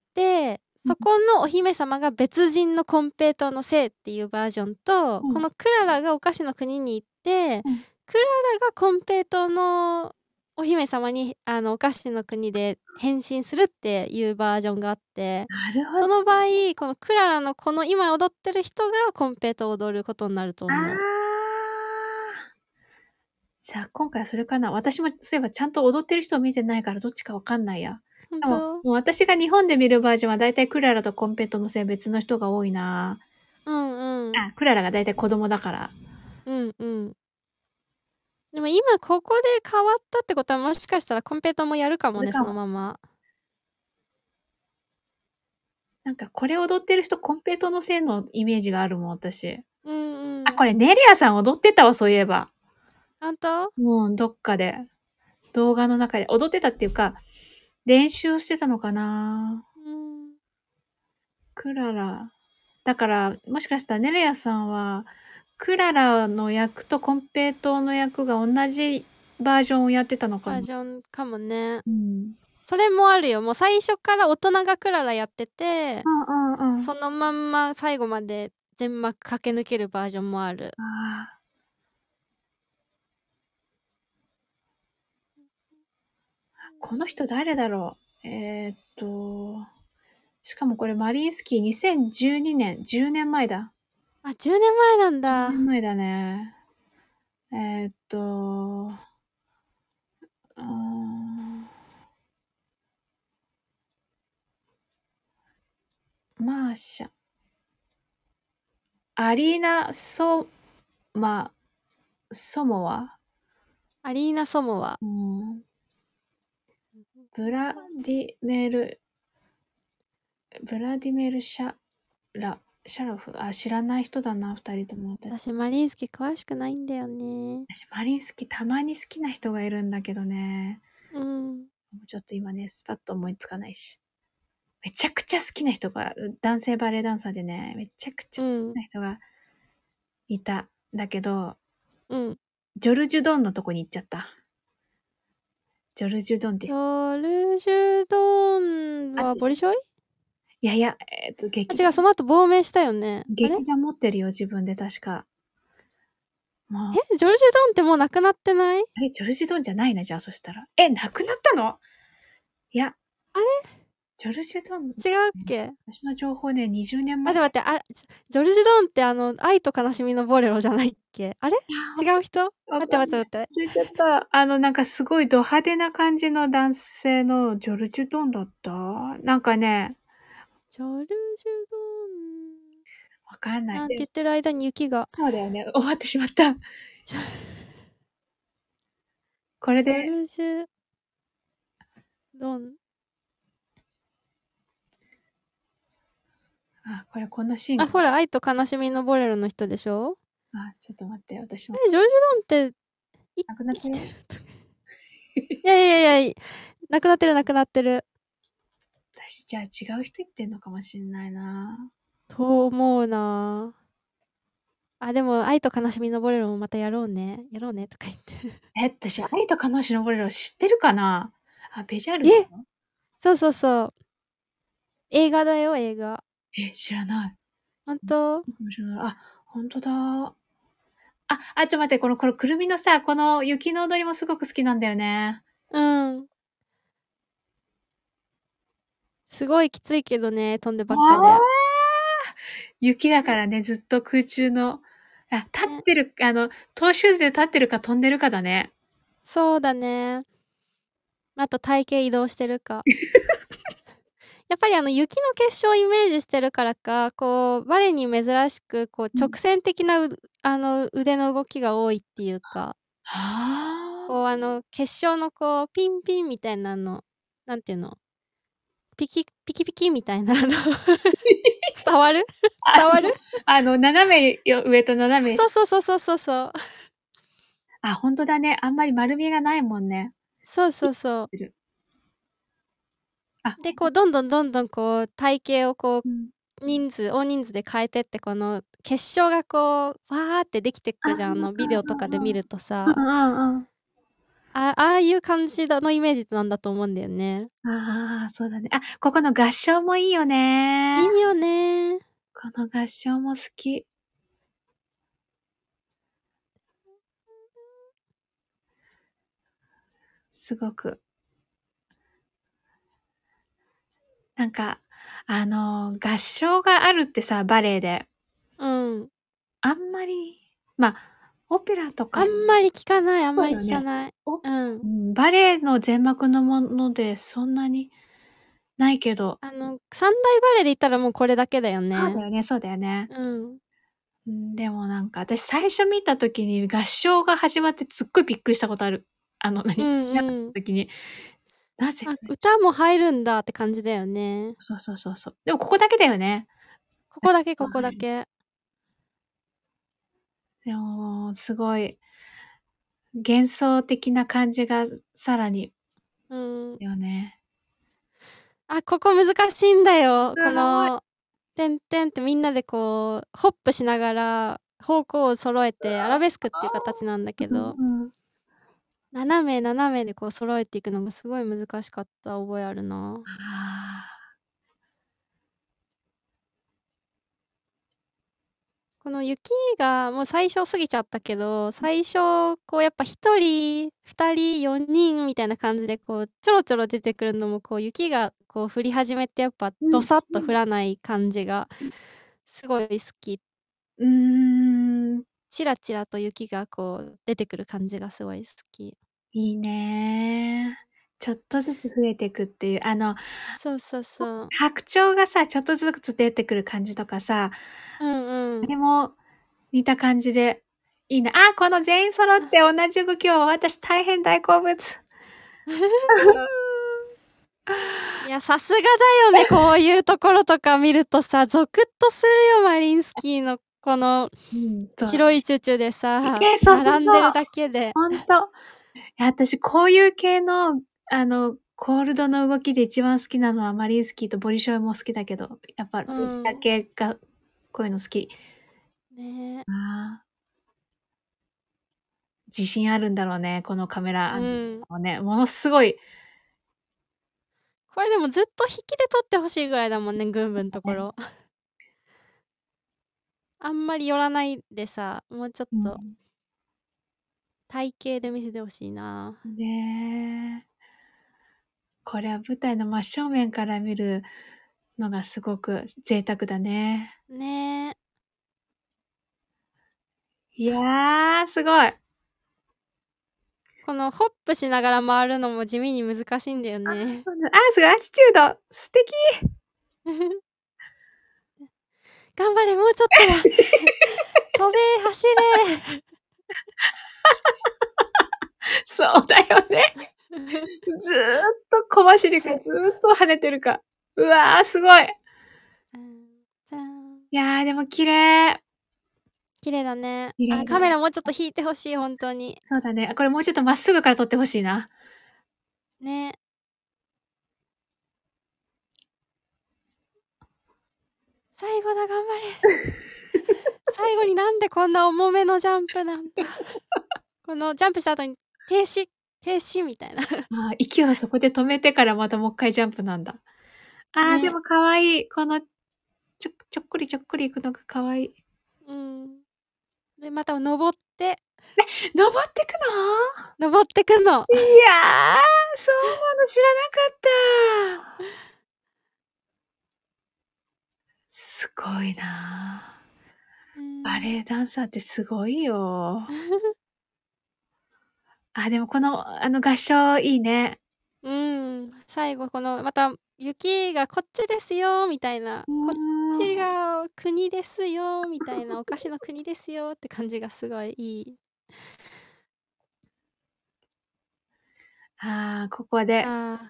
そこのお姫様が別人のコンペイトーのせいっていうバージョンと、このクララがお菓子の国に行って、クララがコンペイトーのお姫様にお菓子の国で変身するっていうバージョンがあって、その場合このクララのこの今踊ってる人がコンペイトーを踊ることになると思う。 じゃあ今回それかな。私もそういえばちゃんと踊ってる人を見てないからどっちかわかんないや。 本でも、 当？ もう私が日本で見るバージョンはだいたいクララとコンペイトーのせい別の人が多いな。 うんうん。 あ、クララがだいたい子供だから。 うんうん。でも今ここで変わったってことはもしかしたらコンペイトーもやるかもね、そのまま。 なんかこれ踊ってる人コンペイトーのせいのイメージがあるもん、私。 うんうん。 あ、これネリアさん踊ってたわ、そういえば。 本当？ うん、どっかで。動画の中で踊ってたっていうか、練習をしてたのかな。 うん。 クララ。だから、もしかしたらネレアさんは、クララの役とコンペイトーの役が同じバージョンをやってたのかな。 バージョンかもね。 うん。 それもあるよ。もう最初から大人がクララやってて、 うんうんうん。 そのまんま最後まで全幕駆け抜けるバージョンもある。 ああ。この人誰だろう。しかもこれマリインスキー2012年、10年前だ。 あ、10年前なん 10 だ。 年前だね。うーん。マーシャ。アリーナ・ソモア。 アリーナ・ソモア。 うん。ブラディメル、ブラディメル・シャロフ。あ、知らない人だな、二人とも。 私マリインスキー詳しくないんだよね。 私、マリン好き、たまに好きな人がいるんだけどね。 うん。 ちょっと今ね、スパッと思いつかないし。めちゃくちゃ好きな人が、男性バレエダンサーでね、めちゃくちゃ好きな人がいた。だけど、 うん。 ジョルジュ・ドンのとこに行っちゃった。ジョルジュ・ドンでジす。 ョルジュ・ドンはボリショイ？ いやいや、 あ、違う、その後亡命したよね。あれ？ 劇団持ってるよ、自分で確か。もう、 ジョルジュ・ドンってもう亡くなってない？ あれ、ジョルジュ・ドンじゃないな、じゃあ、そしたら。亡くなったの？いや。 あれ？ ジョルジュ・ドン。 違うっけ？ 私の情報ね、20年前。 待って待って、ジョルジュ・ドンって愛と悲しみのボレロじゃないっけ？あれ？違う人？待って待って待って。 忘れちゃった。なんかすごいド派手な感じの男性のジョルジュ・ドンだった？なんかね、 ジョルジュ・ドン。 わかんない。 なんて言ってる間に雪が。 そうだよね。終わってしまった。これで。 ジョルジュ・ドン。 あ、これこんなシーン。 あ、ほら、愛と悲しみのボレロの人でしょ？ あ、ちょっと待って、私も。 ジョルジュ・ドンって、 亡くなってる？ いやいやいや、亡くなってる亡くなってる。 私、じゃあ違う人言ってんのかもしんないな。 と思うな。あ、でも、愛と悲しみのボレロもまたやろうね。やろうね、とか言って。 私、愛と悲しみのボレロ知ってるかな？あ、ベジャル。 そうそうそう。映画だよ、映画。 知らない。 ほんと？ あ、ほんとだ。ちょっと待って、このくるみのさ、この雪の踊りもすごく好きなんだよね。 うん。すごいきついけどね、飛んでばっかで。 雪だからね、ずっと空中の、立ってる、トーシューズで立ってるか飛んでるかだね。 そうだね。あと体型移動してるか。やっぱり雪の結晶をイメージしてるからか、こう、バレエに珍しく、こう、直線的な腕の動きが多いっていうか。こう、結晶のこう、ピンピンみたいななんていうの？ピキピキみたいな伝わる？伝わる？ 斜め上と斜め。 そうそうそうそうそうそう。 ほんとだね。あんまり丸みがないもんね。 そうそうそう。で、こう、どんどんこう、体型をこう、大人数で変えてって、この結晶がこう、わーってできてくじゃん、ビデオとかで見るとさ。ああいう感じのイメージなんだと思うんだよね。 そうだね。ここの合唱もいいよね。 いいよね。 この合唱も好き。すごく。なんか、合唱があるってさ、バレエで。 うん。 あんまり、 オペラとか。 あんまり聞かない、あんまりそうだよね。 聞かない。 うん。バレエの全幕のものでそんなにないけど。 三大バレエで言ったらもうこれだけだよね。 そうだよね、そうだよね。 うん。 でもなんか、私最初見た時に合唱が始まってすっごいびっくりしたことある。 うん知らなかっうん。 た時に。なぜあ、歌も入るんだって感じだよね。 そうそうそうそう。でもここだけだよね。 ここだけ、ここだけ。 でも、すごい、幻想的な感じがさらに、 うん。 よね。 あ、ここ難しいんだよ。こすごい。 の、てんてんってみんなでこう、ホップしながら方向を揃えて、アラベスクっていう形なんだけど、 うんうん。 斜め斜めでこう揃えていくのがすごい難しかった覚えあるな。 ああ。 この雪がもう最初過ぎちゃったけど、最初こうやっぱ1人、2人、4人みたいな感じでこうちょろちょろ出てくるのもこう雪がこう降り始めてやっぱうん、 どさっと降らない感じがすごい好き。 うーん。 チラチラと雪がこう出てくる感じがすごい好き。 いいね。ちょっとずつ増えてくっていう、 そうそうそう。 白鳥がさ、ちょっとずつ出てくる感じとかさ、 うんうん。 あれも似た感じでいいな。あ、この全員揃って同じ動きを私大変大好物。 いや、さすがだよね、こういうところとか見るとさ、ゾクッとするよ、マリンスキーのこの白いチュチュでさ、 そうそうそう。 並んでるだけで。 ほんと。私、こういう系の、コールドの動きで一番好きなのはマリンスキーとボリショイも好きだけど、やっぱロシア系がこういうの好き。 ねえ。 自信あるんだろうね、このカメラ。 うんね、ものすごい。 これでもずっと引きで撮ってほしいぐらいだもんね、軍部のところ。あんまり寄らないでさ、もうちょっと体型で見せてほしいな。 ねえ。これは舞台の真正面から見るのがすごく贅沢だね。 ねえ。 いやー、すごい。 このホップしながら回るのも地味に難しいんだよね。 すごい、アチチュード。素敵。 頑張れ、もうちょっとだ。飛べ、走れ。 そうだよね。ずーっと小走りか、ずーっと跳ねてるか。うわー、すごい。いやー、でも綺麗。 綺麗だね。 あ、 カメラもうちょっと引いてほしい、本当に。 そうだね。これもうちょっとまっすぐから撮ってほしいな。 ね。最後だ、頑張れ。最後になんでこんな重めのジャンプなんだ。このジャンプした後に停止みたいな。 息をそこで止めてからまたもう一回ジャンプなんだ。 ね、 でも可愛い。この、ちょっくり行くのが可愛い。 で、また登って。 登ってくの？登ってくの。 いやー、そうなの知らなかった。すごいなバレエダンサーってすごいよ。でもこの、合唱いいね。 最後この、また雪がこっちですよみたいな、こっちが国ですよみたいな、お菓子の国ですよって感じがすごいいい。 ここで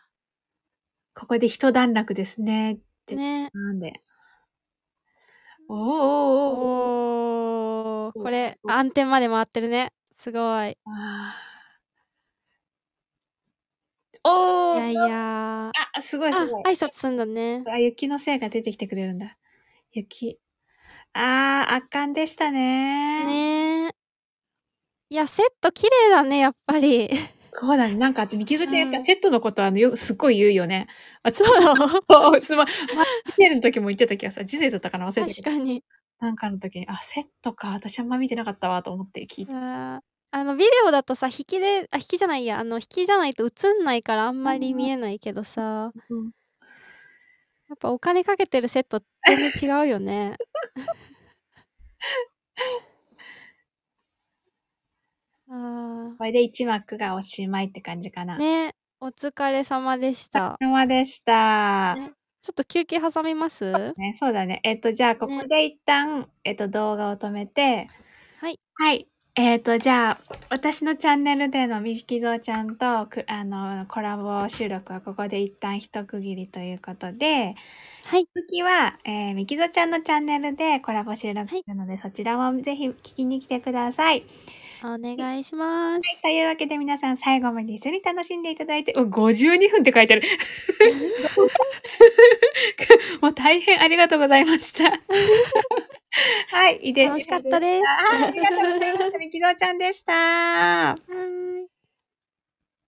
一段落ですね。 ね。 なんで。おー。 これ、暗転まで回ってるね。すごい。いやいや。 すごい。 挨拶すんだね。 雪の精が出てきてくれるんだ。雪。圧巻でしたね。 ねえ。いや、セット綺麗だね、やっぱり。 そうだね。なんか、みきぞちゃんやっぱセットのことすっごい言うよね。 そうなの？ ジゼルの時も言ってた気がする。ジゼルだったかな忘れたけど。 確かに。 なんかの時に、セットか。私あんま見てなかったわと思って聞いて。 ビデオだとさ、引きじゃないや、引きじゃないと映んないからあんまり見えないけどさ、やっぱお金かけてるセット全然違うよね。 これで1幕がおしまいって感じかな。 ね、お疲れ様でした。 お疲れ様でした。 ね、ちょっと休憩挟みます？ ね、そうだね。じゃあ、ここで一旦、動画を止めて、 はい。 はい。じゃあ、私のチャンネルでのみきぞーちゃんと、コラボ収録はここで一旦一区切りということで、 はい。 続きは、みきぞちゃんのチャンネルでコラボ収録するので、そちらもぜひ聞きに来てください。 お願いします。 はい、というわけで皆さん最後まで一緒に楽しんでいただいて、52分って書いてある。もう大変ありがとうございました。はい、いいです。 楽しかったです。 はい、ありがとうございました。みきぞーちゃんでした。